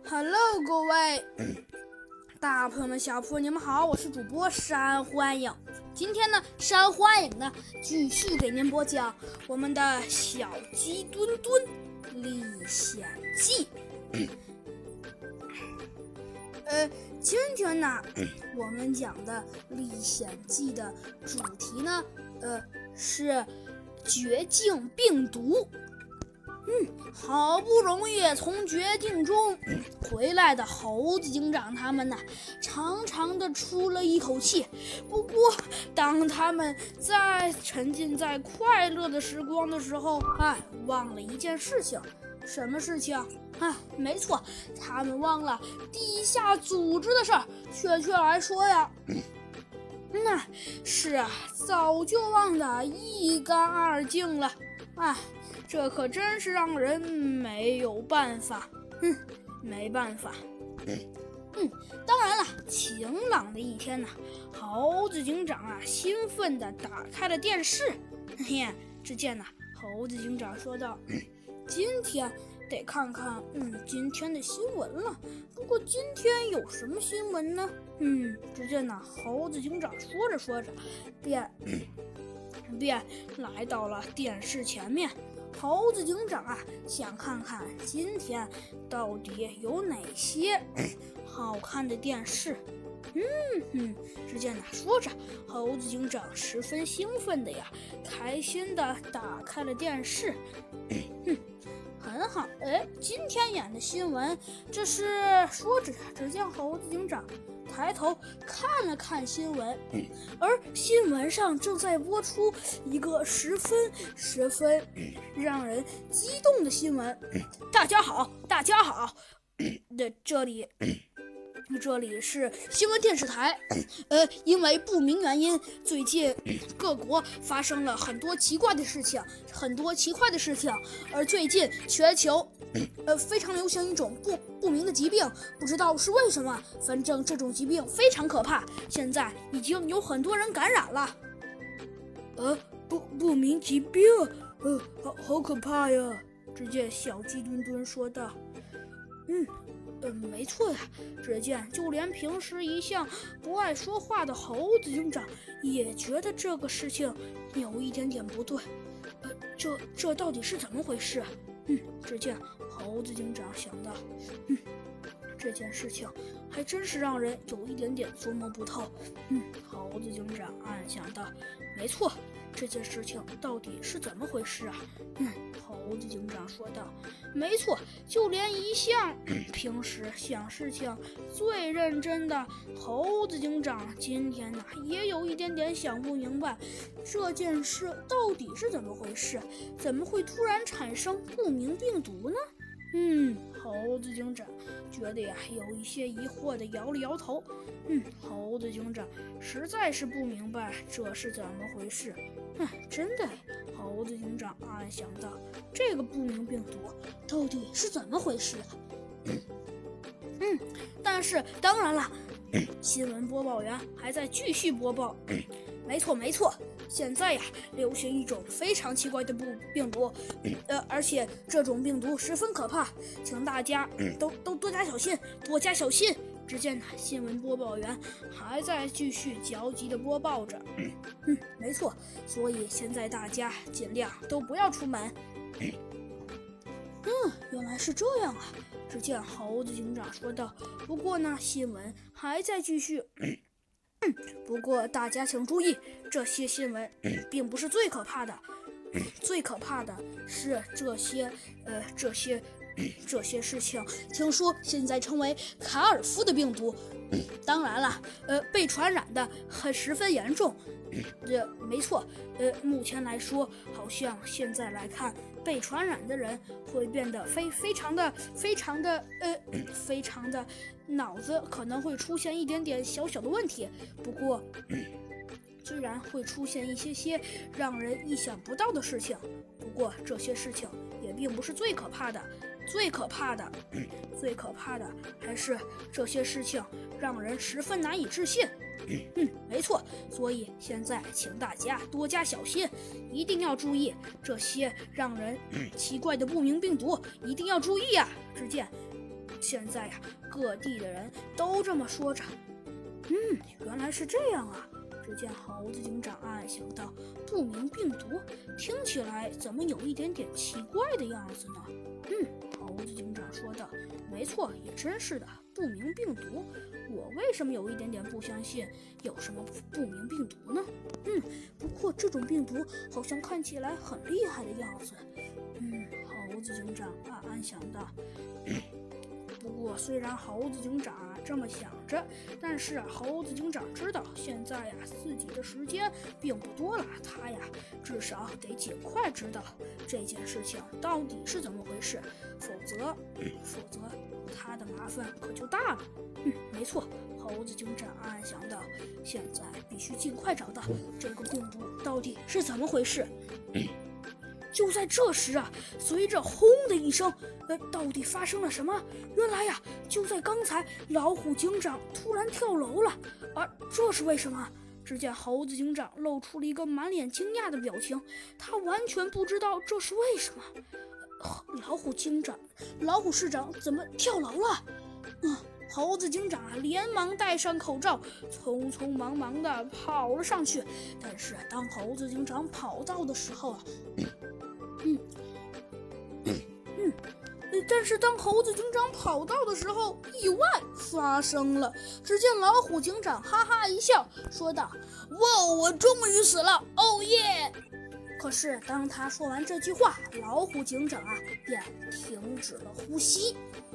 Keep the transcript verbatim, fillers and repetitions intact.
Hello， 各位大朋友们、小朋友，你们好，我是主播山欢迎。今天呢，山欢迎呢继续给您播讲我们的小鸡墩墩历险记。呃，今天呢，我们讲的历险记的主题呢，呃，是绝境病毒。嗯，好不容易从绝境中回来的猴子警长他们呢，长长的出了一口气。不过，当他们在沉浸在快乐的时光的时候，哎，忘了一件事情。什么事情？哎，没错，他们忘了地下组织的事儿。确切来说呀，那是啊，早就忘得一干二净了。哎。这可真是让人没有办法，嗯，没办法。嗯，当然了，晴朗的一天呢，猴子警长啊，兴奋地打开了电视。嘿，只见呢，猴子警长说道：“今天得看看，嗯，今天的新闻了。不过今天有什么新闻呢？嗯，只见呢，猴子警长说着说着，便便来到了电视前面。”猴子警长啊，想看看今天到底有哪些好看的电视。嗯哼，只见呢，说着，猴子警长十分兴奋的呀，开心的打开了电视。嗯，很好。哎，今天演的新闻，这是说着，只见猴子警长抬头看了看新闻，而新闻上正在播出一个十分十分让人激动的新闻。大家好，大家好，的这里。这里是新闻电视台，呃，因为不明原因，最近各国发生了很多奇怪的事情，很多奇怪的事情。而最近全球，呃，非常流行一种不不明的疾病，不知道是为什么，反正这种疾病非常可怕，现在已经有很多人感染了。呃，不不明疾病，呃，好好可怕呀！只见小鸡墩墩说道：“嗯。”嗯，没错呀。只见就连平时一向不爱说话的猴子警长也觉得这个事情有一点点不对。呃，这这到底是怎么回事？嗯，只见猴子警长想到，嗯，这件事情还真是让人有一点点琢磨不透。嗯，猴子警长暗想到，没错。这件事情到底是怎么回事啊？嗯，猴子警长说道：“没错，就连一向平时想事情最认真的猴子警长，今天呢也有一点点想不明白，这件事到底是怎么回事？怎么会突然产生不明病毒呢？”嗯，猴子警长觉得呀，有一些疑惑的摇了摇头。嗯，猴子警长实在是不明白这是怎么回事。嗯，真的，猴子警长暗想到，这个不明病毒到底是怎么回事？嗯，但是当然了，新闻播报员还在继续播报。没错，没错。现在呀，流行一种非常奇怪的病病毒，呃，而且这种病毒十分可怕，请大家都都多加小心，多加小心。只见呢，新闻播报员还在继续焦急地播报着。嗯，没错，所以现在大家尽量都不要出门。嗯，原来是这样啊！只见猴子警长说道。不过呢，新闻还在继续。嗯，不过大家请注意，这些新闻并不是最可怕的，最可怕的是这些呃这些这些事情。听说现在称为卡尔夫的病毒，当然了，呃，被传染的很十分严重。这、呃、没错，呃，目前来说，好像现在来看，被传染的人会变得非非常的非常的呃非常的脑子可能会出现一点点小小的问题。不过，居然会出现一些些让人意想不到的事情。不过这些事情也并不是最可怕的，最可怕的，最可怕的还是这些事情让人十分难以置信。嗯，没错，所以现在请大家多加小心，一定要注意这些让人奇怪的不明病毒，一定要注意啊！只见现在呀，各地的人都这么说着。嗯，原来是这样啊！只见猴子警长暗暗想到，不明病毒听起来怎么有一点点奇怪的样子呢？嗯，猴子警长说道：“没错，也真是的，不明病毒。我为什么有一点点不相信有什么不明病毒呢？嗯，不过这种病毒好像看起来很厉害的样子。嗯，猴子警长暗暗想到。不过，虽然猴子警长啊这么想着，但是啊，猴子警长知道现在呀自己的时间并不多了，他呀至少得尽快知道这件事情到底是怎么回事，否则，否则他的麻烦可就大了。嗯，没错，猴子警长暗暗想到，现在必须尽快找到这个病毒到底是怎么回事。就在这时啊，随着轰的一声，呃，到底发生了什么？原来呀，就在刚才，老虎警长突然跳楼了，而这是为什么？只见猴子警长露出了一个满脸惊讶的表情，他完全不知道这是为什么。呃、老虎警长，老虎市长怎么跳楼了？嗯。猴子警长啊，连忙戴上口罩，匆匆忙忙地跑了上去。但是啊，当猴子警长跑到的时候啊，嗯嗯，但是当猴子警长跑到的时候，意外发生了。只见老虎警长哈哈一笑，说道：“哇，我终于死了，哦耶！”可是当他说完这句话，老虎警长啊便停止了呼吸。